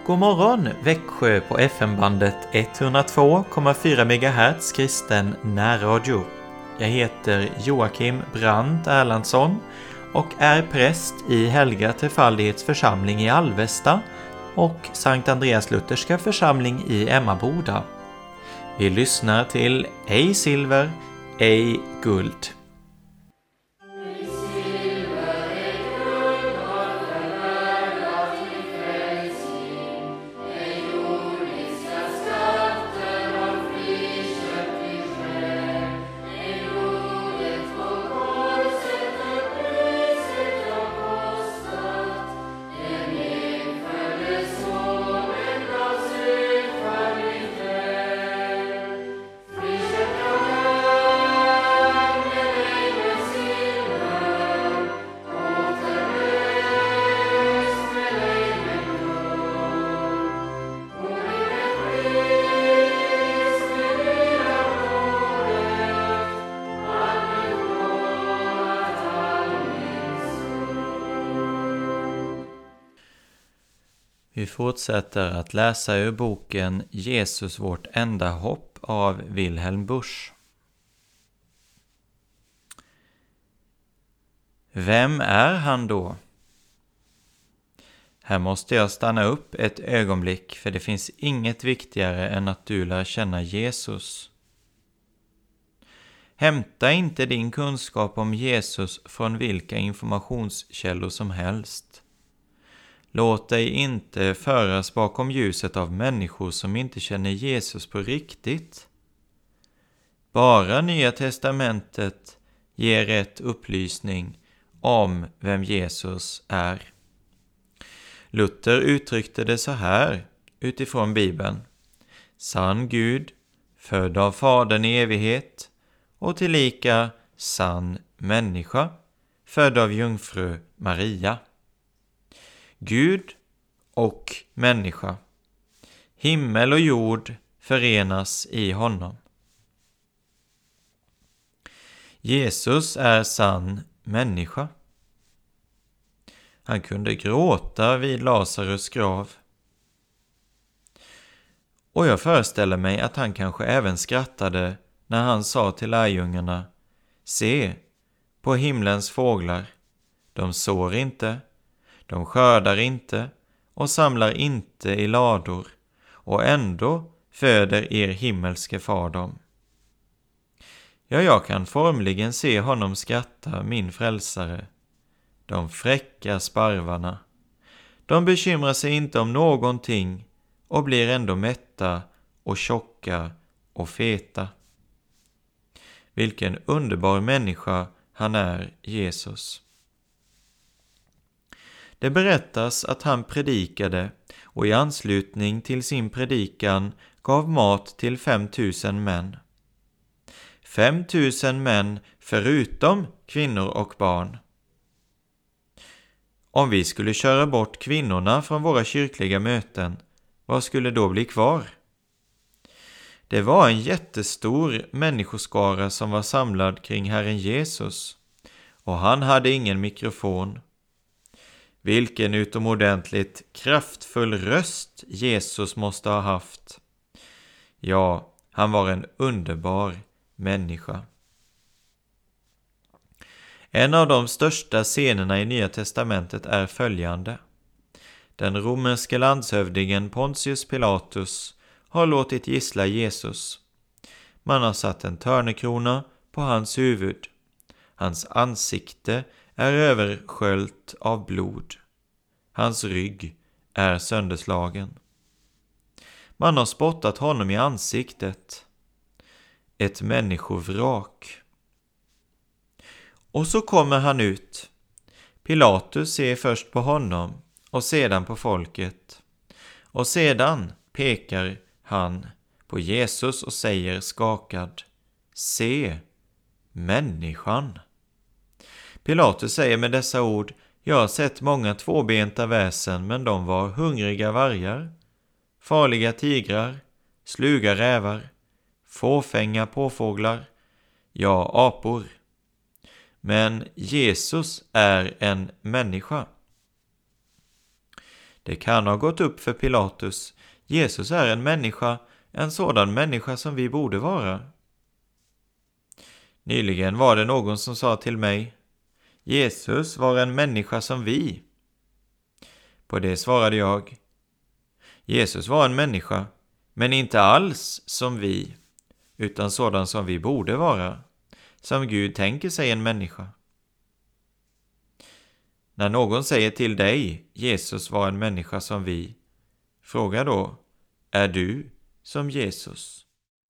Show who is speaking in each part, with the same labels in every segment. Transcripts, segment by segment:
Speaker 1: God morgon Växjö på FM-bandet 102,4 MHz kristen närradio. Jag heter Joakim Brandt Erlandsson och är präst i Helga Trefaldighets församling i Alvesta och Sankt Andreas Lutherska församling i Emmaboda. Vi lyssnar till Ej silver, ej guld. Vi fortsätter att läsa ur boken Jesus vårt enda hopp av Wilhelm Busch. Vem är han då? Här måste jag stanna upp ett ögonblick, för det finns inget viktigare än att du lär känna Jesus. Hämta inte din kunskap om Jesus från vilka informationskällor som helst. Låt dig inte föras bakom ljuset av människor som inte känner Jesus på riktigt. Bara Nya testamentet ger rätt upplysning om vem Jesus är. Luther uttryckte det så här utifrån Bibeln: sann Gud, född av Fadern i evighet, och tillika sann människa, född av jungfru Maria. Gud och människa, himmel och jord förenas i honom. Jesus är sann människa. Han kunde gråta vid Lazarus grav. Och jag föreställer mig att han kanske även skrattade när han sa till lärjungarna: se på himlens fåglar, de sår inte, de skördar inte och samlar inte i lador, och ändå föder er himmelske far dem. Ja, jag kan formligen se honom skratta, min frälsare. De fräcka sparvarna. De bekymrar sig inte om någonting och blir ändå mätta och tjocka och feta. Vilken underbar människa han är, Jesus. Det berättas att han predikade och i anslutning till sin predikan gav mat till 5000 män. 5000 män förutom kvinnor och barn. Om vi skulle köra bort kvinnorna från våra kyrkliga möten, vad skulle då bli kvar? Det var en jättestor människoskara som var samlad kring Herren Jesus, och han hade ingen mikrofon. Vilken utomordentligt kraftfull röst Jesus måste ha haft. Ja, han var en underbar människa. En av de största scenerna i Nya testamentet är följande. Den romerske landshövdingen Pontius Pilatus har låtit gissla Jesus. Man har satt en törnekrona på hans huvud. Hans ansikte är översköljt av blod. Hans rygg är sönderslagen. Man har spottat honom i ansiktet. Ett människovrak. Och så kommer han ut. Pilatus ser först på honom och sedan på folket. Och sedan pekar han på Jesus och säger skakad: se, människan. Pilatus säger med dessa ord: jag har sett många tvåbenta väsen, men de var hungriga vargar, farliga tigrar, sluga rävar, fåfänga påfåglar, ja, apor. Men Jesus är en människa. Det kan ha gått upp för Pilatus. Jesus är en människa, en sådan människa som vi borde vara. Nyligen var det någon som sa till mig: Jesus var en människa som vi. På det svarade jag: Jesus var en människa, men inte alls som vi, utan sådan som vi borde vara, som Gud tänker sig en människa. När någon säger till dig: Jesus var en människa som vi, fråga då: är du som Jesus?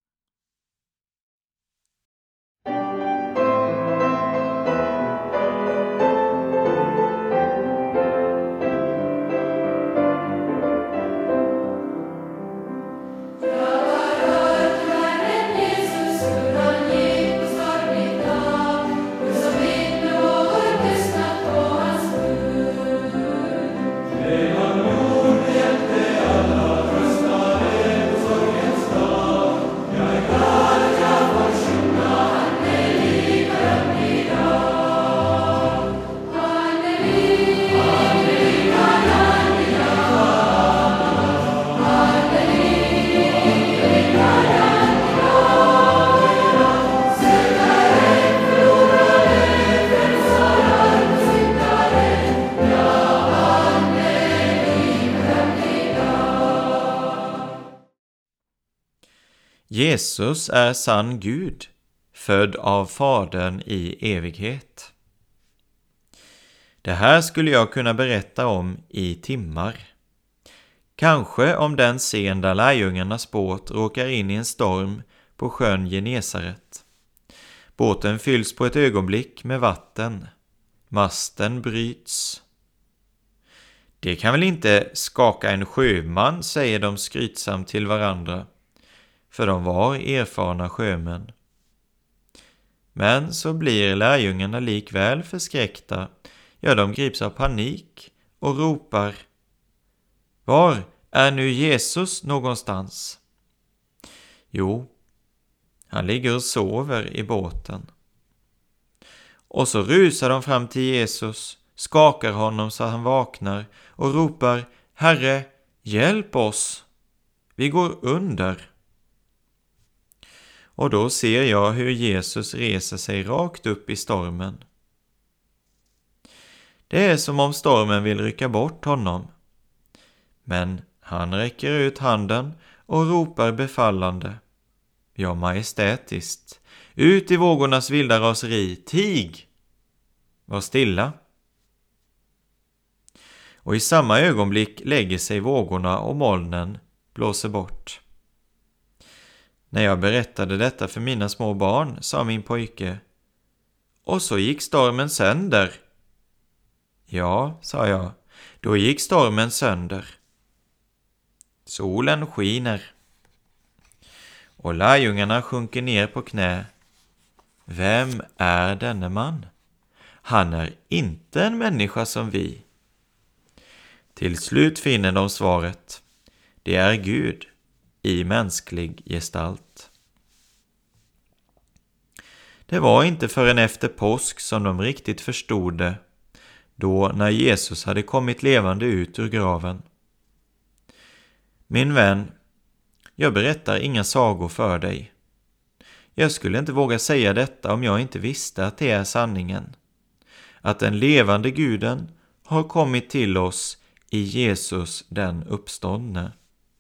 Speaker 1: Jesus är sann Gud, född av Fadern i evighet. Det här skulle jag kunna berätta om i timmar. Kanske om den scen där lärjungarnas båt råkar in i en storm på sjön Genesaret. Båten fylls på ett ögonblick med vatten. Masten bryts. Det kan väl inte skaka en sjöman, säger de skrytsamt till varandra, för de var erfarna sjömän. Men så blir lärjungarna likväl förskräckta. Ja, de grips av panik och ropar: var är nu Jesus någonstans? Jo, han ligger och sover i båten. Och så rusar de fram till Jesus, skakar honom så han vaknar och ropar: Herre, hjälp oss! Vi går under. Och då ser jag hur Jesus reser sig rakt upp i stormen. Det är som om stormen vill rycka bort honom. Men han räcker ut handen och ropar befallande, ja majestätiskt, ut i vågornas vilda raseri: tig! Var stilla! Och i samma ögonblick lägger sig vågorna och molnen blåser bort. När jag berättade detta för mina små barn, sa min pojke: och så gick stormen sönder. Ja, sa jag, då gick stormen sönder. Solen skiner. Och lärjungarna sjunker ner på knä. Vem är denne man? Han är inte en människa som vi. Till slut finner de svaret. Det är Gud i mänsklig gestalt. Det var inte förrän efter påsk som de riktigt förstod det, då när Jesus hade kommit levande ut ur graven. Min vän, jag berättar inga sagor för dig. Jag skulle inte våga säga detta om jag inte visste att det är sanningen. Att den levande Guden har kommit till oss i Jesus den uppståndne.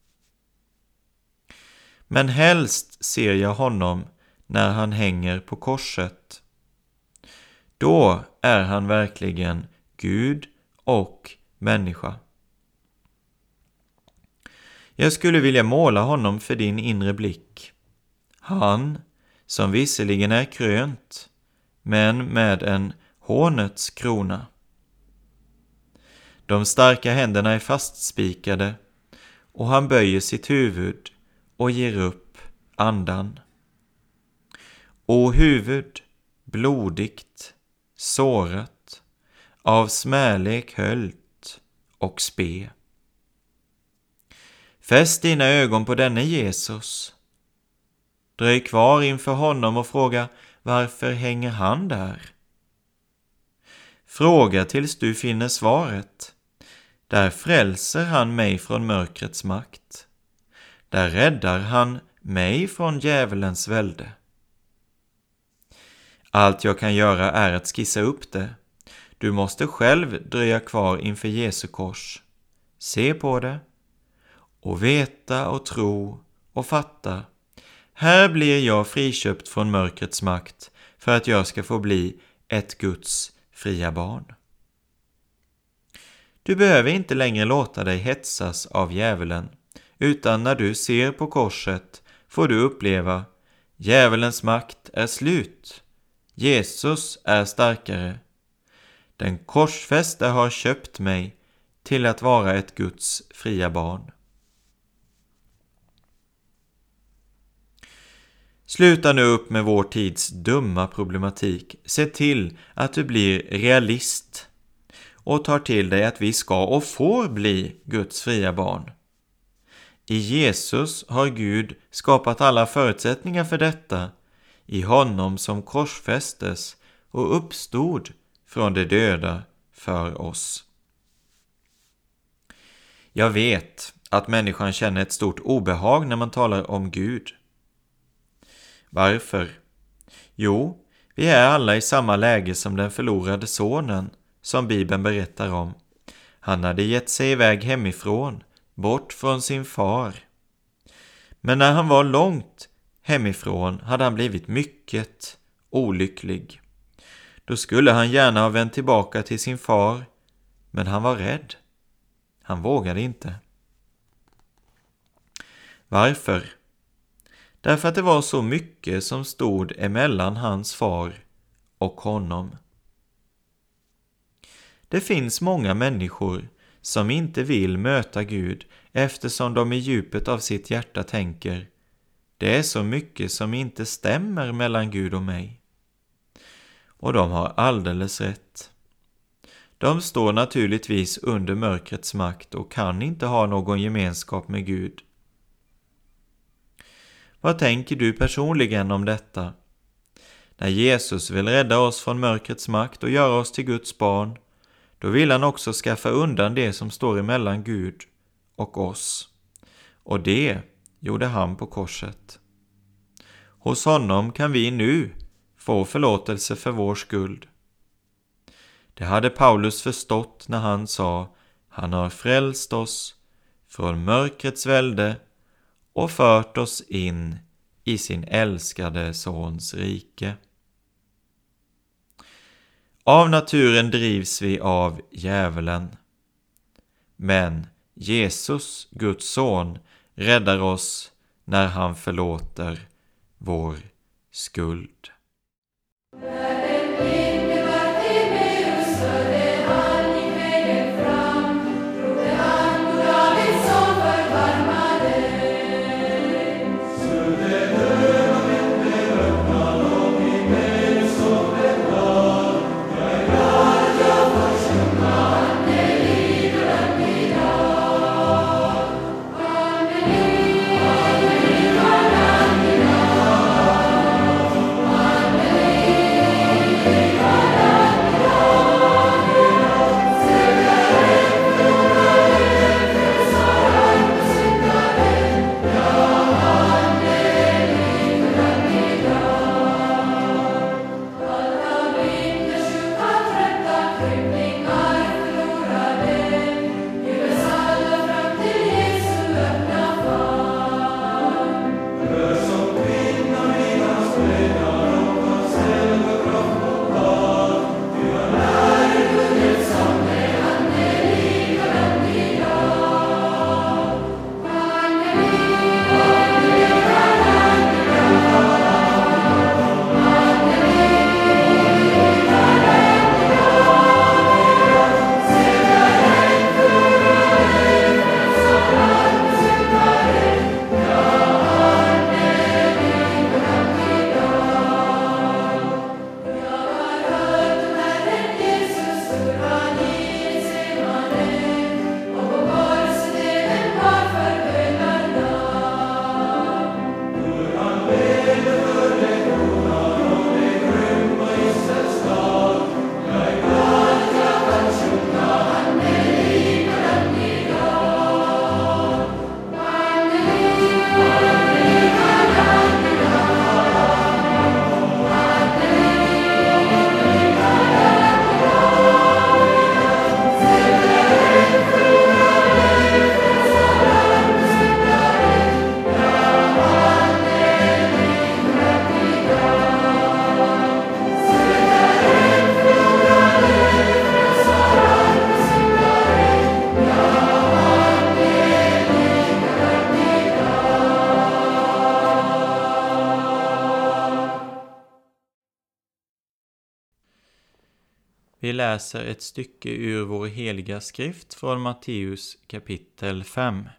Speaker 1: Men helst ser jag honom när han hänger på korset. Då är han verkligen Gud och människa. Jag skulle vilja måla honom för din inre blick. Han som visserligen är krönt, men med en hånets krona. De starka händerna är fastspikade och han böjer sitt huvud och ger upp andan. O huvud, blodigt, sårat, av smälek höljt och spe. Fäst dina ögon på denne Jesus. Dröj kvar inför honom och fråga, varför hänger han där? Fråga tills du finner svaret. Där frälser han mig från mörkrets makt. Där räddar han mig från djävulens välde. Allt jag kan göra är att skissa upp det. Du måste själv dröja kvar inför Jesu kors. Se på det och veta och tro och fatta. Här blir jag friköpt från mörkrets makt för att jag ska få bli ett Guds fria barn. Du behöver inte längre låta dig hetsas av djävulen, utan när du ser på korset får du uppleva: djävulens makt är slut. Jesus är starkare. Den korsfäste har köpt mig till att vara ett Guds fria barn. Sluta nu upp med vår tids dumma problematik. Se till att du blir realist och tar till dig att vi ska och får bli Guds fria barn. I Jesus har Gud skapat alla förutsättningar för detta, i honom som korsfästes och uppstod från de döda för oss. Jag vet att människan känner ett stort obehag när man talar om Gud. Varför? Jo, vi är alla i samma läge som den förlorade sonen som Bibeln berättar om. Han hade gett sig iväg hemifrån, bort från sin far. Men när han var långt hemifrån hade han blivit mycket olycklig. Då skulle han gärna ha vänt tillbaka till sin far, men han var rädd. Han vågade inte. Varför? Därför att det var så mycket som stod emellan hans far och honom. Det finns många människor som inte vill möta Gud eftersom de i djupet av sitt hjärta tänker: det är så mycket som inte stämmer mellan Gud och mig. Och de har alldeles rätt. De står naturligtvis under mörkrets makt och kan inte ha någon gemenskap med Gud. Vad tänker du personligen om detta? När Jesus vill rädda oss från mörkrets makt och göra oss till Guds barn, då vill han också skaffa undan det som står emellan Gud och oss. Och det gjorde han på korset. Hos honom kan vi nu få förlåtelse för vår skuld. Det hade Paulus förstått när han sa: han har frälst oss från mörkrets välde och fört oss in i sin älskade sons rike. Av naturen drivs vi av djävulen. Men Jesus, Guds son, räddar oss när han förlåter vår skuld. Vi läser ett stycke ur vår heliga skrift från Matteus kapitel 5.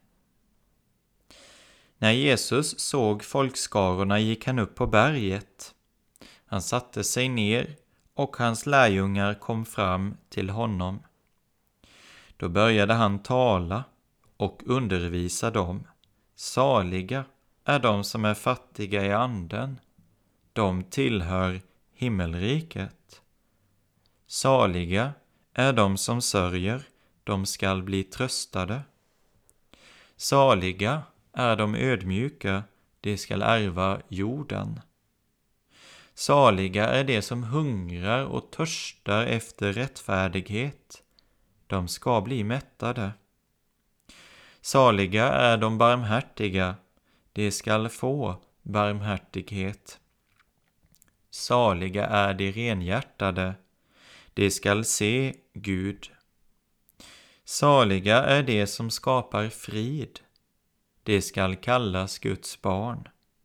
Speaker 1: När Jesus såg folkskarorna gick han upp på berget. Han satte sig ner och hans lärjungar kom fram till honom. Då började han tala och undervisa dem. Saliga är de som är fattiga i anden. De tillhör himmelriket. Saliga är de som sörjer. De skall bli tröstade. Saliga är de ödmjuka. De skall ärva jorden. Saliga är de som hungrar och törstar efter rättfärdighet. De ska bli mättade. Saliga är de barmhärtiga. De skall få barmhärtighet. Saliga är de renhjärtade. De skall se Gud. Saliga är de som skapar frid. De skall kallas Guds barn.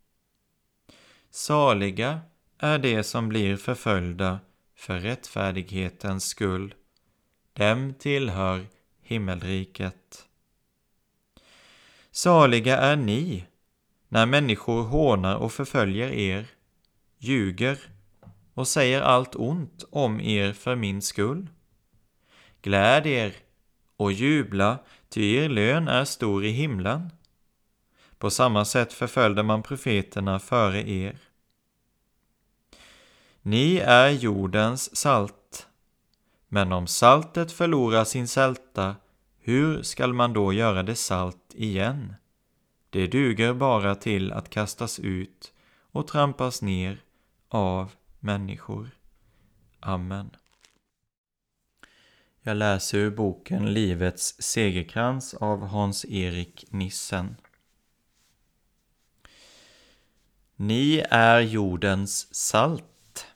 Speaker 1: Saliga är de som blir förföljda för rättfärdighetens skull. Dem tillhör himmelriket. Saliga är ni, när människor hånar och förföljer er, ljuger och säger allt ont om er för min skull. Gläd er och jubla, ty er lön är stor i himlen. På samma sätt förföljde man profeterna före er. Ni är jordens salt. Men om saltet förlorar sin sälta, hur skall man då göra det salt igen? Det duger bara till att kastas ut och trampas ner av människor. Amen. Jag läser ur boken Livets segerkrans av Hans-Erik Nissen. Ni är jordens salt.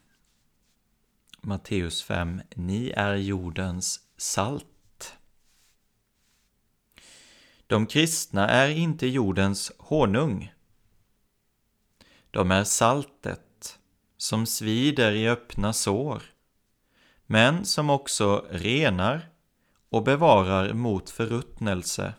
Speaker 1: Matteus 5. Ni är jordens salt. De kristna är inte jordens honung. De är saltet som svider i öppna sår, men som också renar och bevarar mot förruttnelse.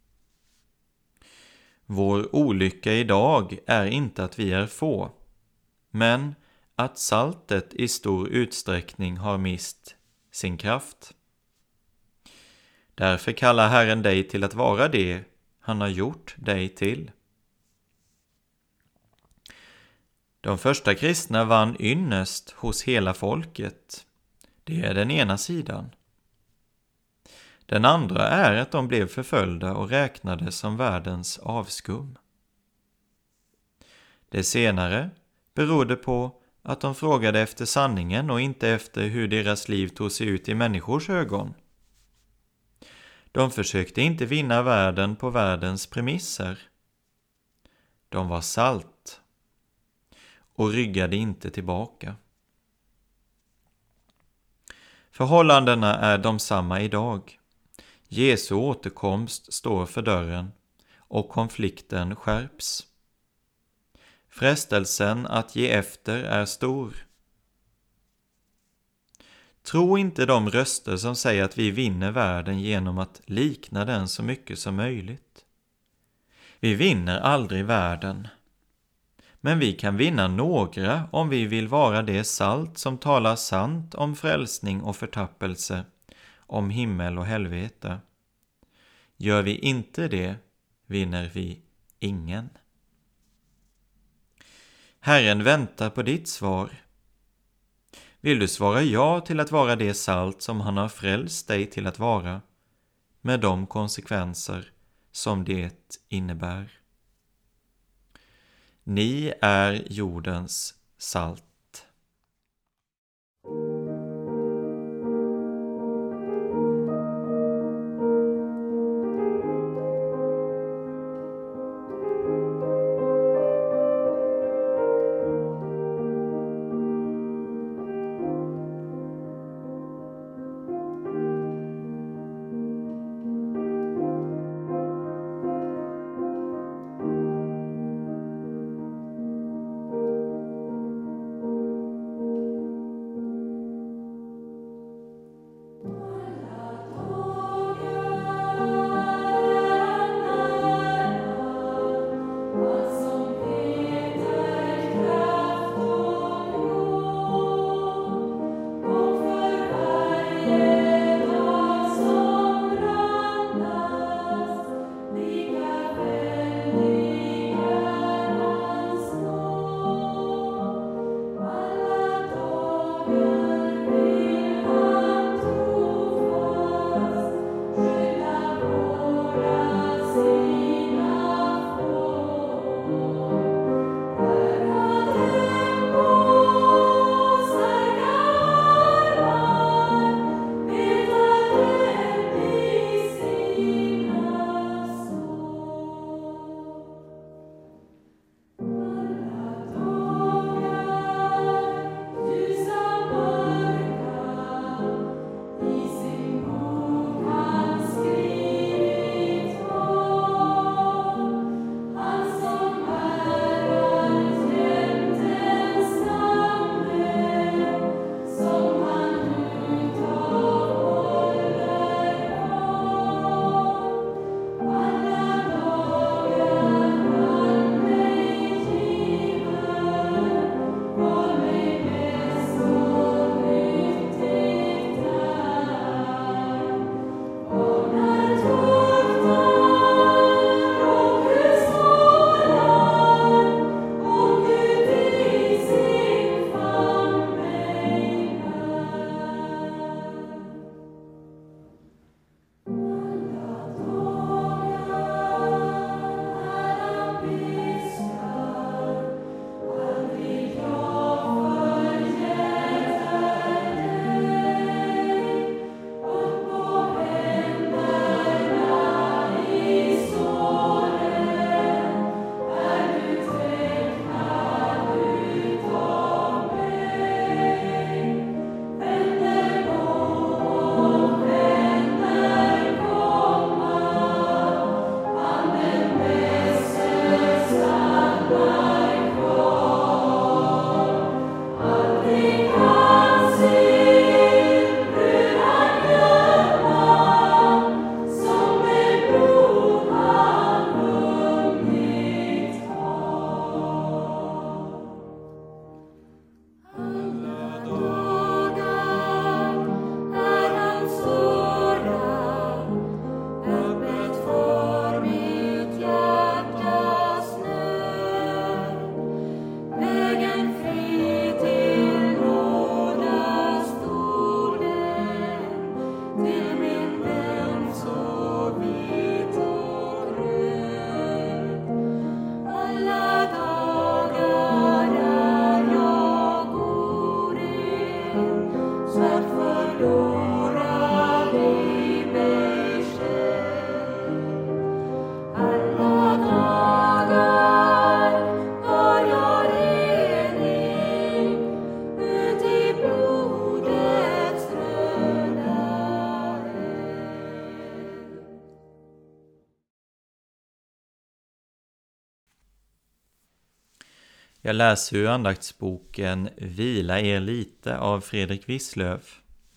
Speaker 1: Vår olycka idag är inte att vi är få, men att saltet i stor utsträckning har mist sin kraft. Därför kallar Herren dig till att vara det han har gjort dig till. De första kristna vann ynnest hos hela folket. Det är den ena sidan. Den andra är att de blev förföljda och räknades som världens avskum. Det senare berodde på att de frågade efter sanningen och inte efter hur deras liv tog sig ut i människors ögon. De försökte inte vinna världen på världens premisser. De var salt och ryggade inte tillbaka. Förhållandena är de samma idag. Jesu återkomst står för dörren och konflikten skärps. Frestelsen att ge efter är stor. Tro inte de röster som säger att vi vinner världen genom att likna den så mycket som möjligt. Vi vinner aldrig världen. Men vi kan vinna några om vi vill vara det salt som talar sant om frälsning och förtappelse, om himmel och helvete. Gör vi inte det, vinner vi ingen. Herren väntar på ditt svar. Vill du svara ja till att vara det salt som han har frälst dig till att vara, med de konsekvenser som det innebär? Ni är jordens salt. Jag läser ur andaktsboken Vila er lite av Fredrik Wisslöf.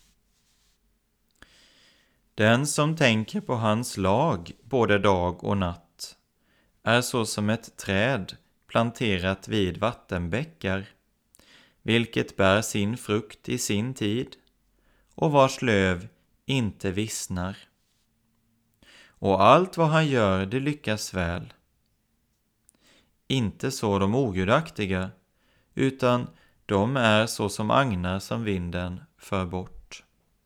Speaker 1: Den som tänker på hans lag både dag och natt är så som ett träd planterat vid vattenbäckar, vilket bär sin frukt i sin tid och vars löv inte vissnar. Och allt vad han gör, det lyckas väl. Inte så de ogudaktiga, utan de är så som agnar som vinden för bort.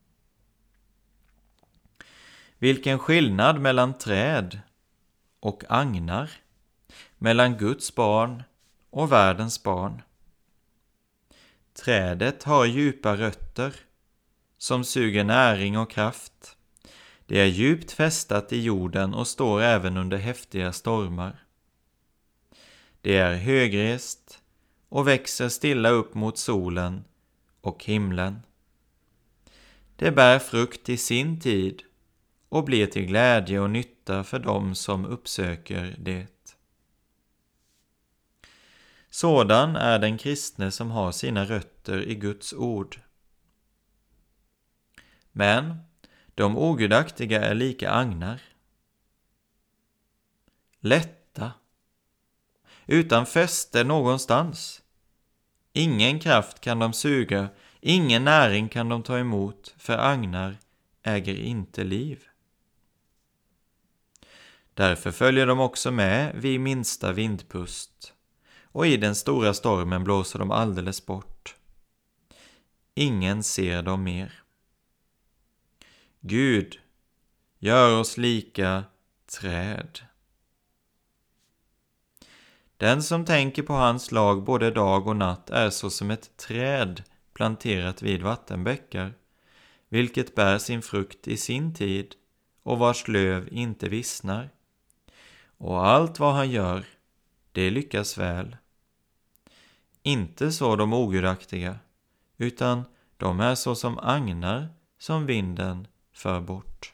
Speaker 1: Vilken skillnad mellan träd och agnar, mellan Guds barn och världens barn. Trädet har djupa rötter som suger näring och kraft. Det är djupt fästat i jorden och står även under häftiga stormar. Det är högrest och växer stilla upp mot solen och himlen. Det bär frukt i sin tid och blir till glädje och nytta för dem som uppsöker det. Sådan är den kristne som har sina rötter i Guds ord. Men de ogudaktiga är lika agnar. Lätta, utan fäste någonstans. Ingen kraft kan de suga, ingen näring kan de ta emot, för agnar äger inte liv. Därför följer de också med vid minsta vindpust, och i den stora stormen blåser de alldeles bort. Ingen ser dem mer. Gud, gör oss lika träd. Den som tänker på hans lag både dag och natt är så som ett träd planterat vid vattenbäckar, vilket bär sin frukt i sin tid och vars löv inte vissnar. Och allt vad han gör, det lyckas väl. Inte så de ogudaktiga, utan de är så som agnar som vinden för bort.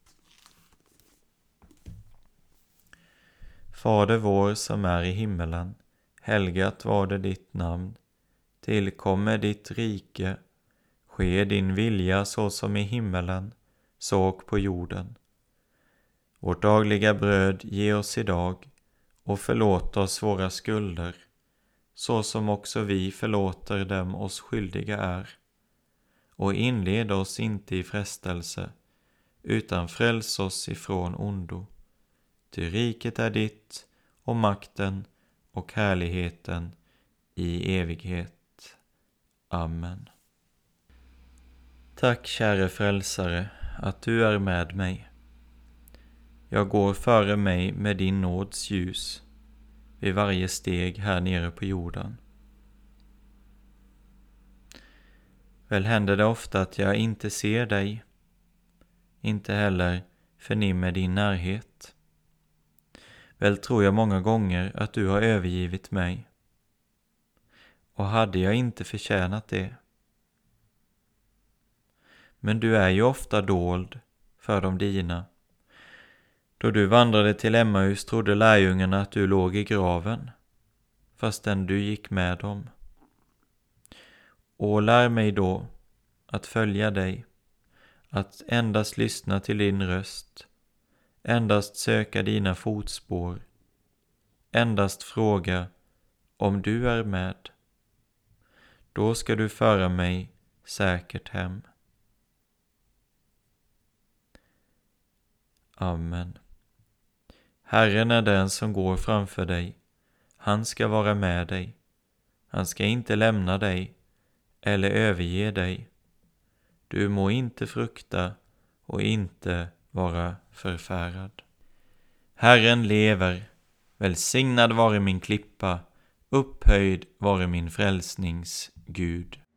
Speaker 1: Fader vår som är i himmelen, helgat var det ditt namn. Tillkommer ditt rike, ske din vilja så som i himmelen, så och på jorden. Vårt dagliga bröd ge oss idag, och förlåt oss våra skulder, så som också vi förlåter dem oss skyldiga är. Och inled oss inte i frestelse, utan fräls oss ifrån ondo. Ty riket är ditt, och makten och härligheten i evighet. Amen. Tack, käre frälsare, att du är med mig. Jag går före mig med din nåds ljus vid varje steg här nere på jorden. Väl händer det ofta att jag inte ser dig, inte heller förnimmer din närhet. Väl tror jag många gånger att du har övergivit mig. Och hade jag inte förtjänat det. Men du är ju ofta dold för de dina. Då du vandrade till Emmaus trodde lärjungarna att du låg i graven, fastän du gick med dem. Och lär mig då att följa dig, att endast lyssna till din röst, endast söka dina fotspår, endast fråga om du är med. Då ska du föra mig säkert hem. Amen. Herren är den som går framför dig. Han ska vara med dig. Han ska inte lämna dig eller överge dig. Du må inte frukta och inte vara förfärad. Herren lever, välsignad vare min klippa, upphöjd vare min frälsnings Gud.